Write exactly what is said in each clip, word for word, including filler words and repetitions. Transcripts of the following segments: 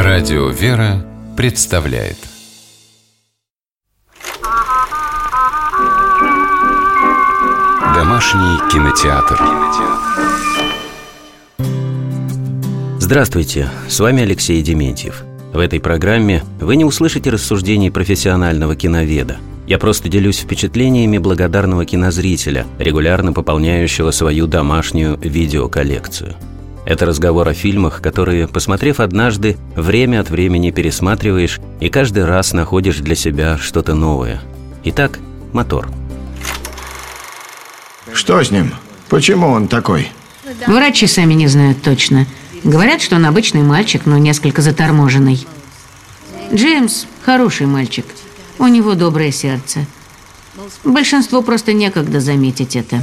Радио «Вера» представляет Домашний кинотеатр. Здравствуйте, с вами Алексей Дементьев. В этой программе вы не услышите рассуждений профессионального киноведа. Я просто делюсь впечатлениями благодарного кинозрителя, регулярно пополняющего свою домашнюю видеоколлекцию. Это разговор о фильмах, которые, посмотрев однажды, время от времени пересматриваешь и каждый раз находишь для себя что-то новое. Итак, мотор. Что с ним? Почему он такой? Врачи сами не знают точно. Говорят, что он обычный мальчик, но несколько заторможенный. Джеймс хороший мальчик. У него доброе сердце. Большинству просто некогда заметить это.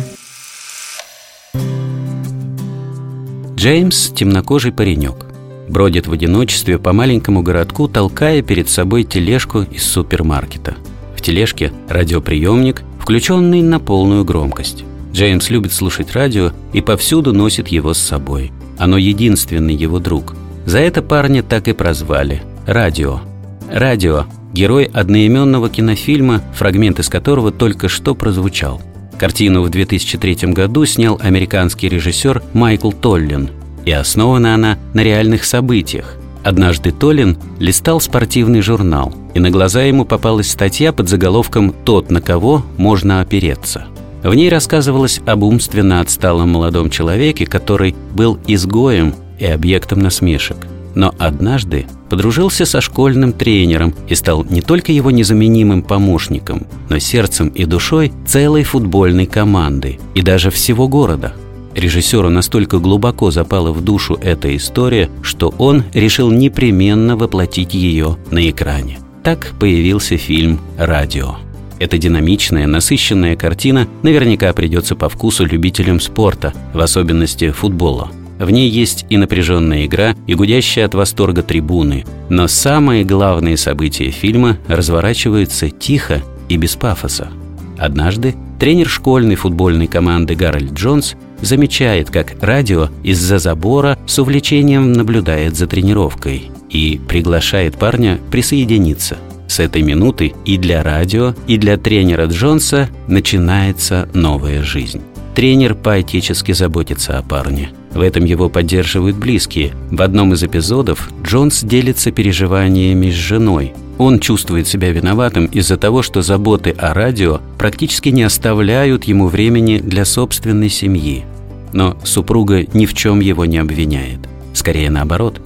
Джеймс – темнокожий паренек. Бродит в одиночестве по маленькому городку, толкая перед собой тележку из супермаркета. В тележке радиоприемник, включенный на полную громкость. Джеймс любит слушать радио и повсюду носит его с собой. Оно единственный его друг. За это парня так и прозвали – Радио. Радио – герой одноименного кинофильма, фрагмент из которого только что прозвучал. Картину в две тысячи третьем году снял американский режиссер Майкл Толлин, и основана она на реальных событиях. Однажды Толлин листал спортивный журнал, и на глаза ему попалась статья под заголовком «Тот, на кого можно опереться». В ней рассказывалось об умственно отсталом молодом человеке, который был изгоем и объектом насмешек. Но однажды подружился со школьным тренером и стал не только его незаменимым помощником, но сердцем и душой целой футбольной команды и даже всего города. Режиссеру настолько глубоко запала в душу эта история, что он решил непременно воплотить ее на экране. Так появился фильм «Радио». Эта динамичная, насыщенная картина наверняка придется по вкусу любителям спорта, в особенности футбола. В ней есть и напряженная игра, и гудящие от восторга трибуны. Но самые главные события фильма разворачиваются тихо и без пафоса. Однажды тренер школьной футбольной команды Гарольд Джонс замечает, как Радио из-за забора с увлечением наблюдает за тренировкой и приглашает парня присоединиться. С этой минуты и для Радио, и для тренера Джонса начинается новая жизнь. Тренер поэтически заботится о парне. В этом его поддерживают близкие. В одном из эпизодов Джонс делится переживаниями с женой. Он чувствует себя виноватым из-за того, что заботы о Радио практически не оставляют ему времени для собственной семьи. Но супруга ни в чем его не обвиняет. Скорее наоборот.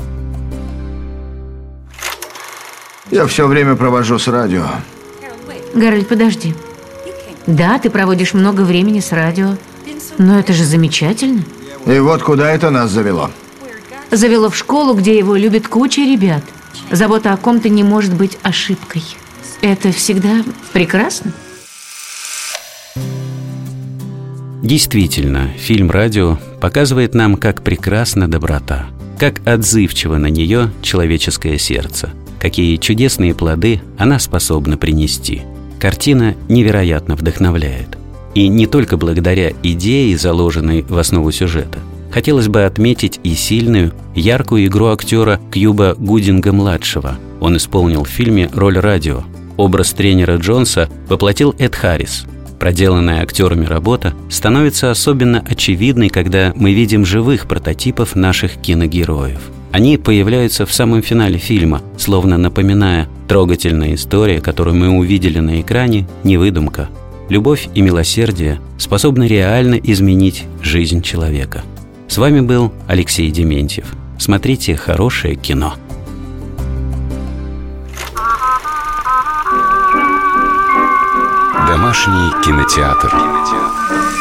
Я все время провожу с Радио. Гарольд, подожди. Да, ты проводишь много времени с Радио. Но это же замечательно. И вот куда это нас завело. Завело в школу, где его любит куча ребят. Забота о ком-то не может быть ошибкой. Это всегда прекрасно. Действительно, фильм «Радио» показывает нам, как прекрасна доброта, как отзывчиво на нее человеческое сердце, какие чудесные плоды она способна принести. Картина невероятно вдохновляет. И не только благодаря идее, заложенной в основу сюжета. Хотелось бы отметить и сильную, яркую игру актера Кьюба Гудинга-младшего. Он исполнил в фильме роль Радио. Образ тренера Джонса воплотил Эд Харрис. Проделанная актерами работа становится особенно очевидной, когда мы видим живых прототипов наших киногероев. Они появляются в самом финале фильма, словно напоминая: трогательная история, которую мы увидели на экране, не выдумка. Любовь и милосердие способны реально изменить жизнь человека. С вами был Алексей Дементьев. Смотрите хорошее кино. Домашний кинотеатр.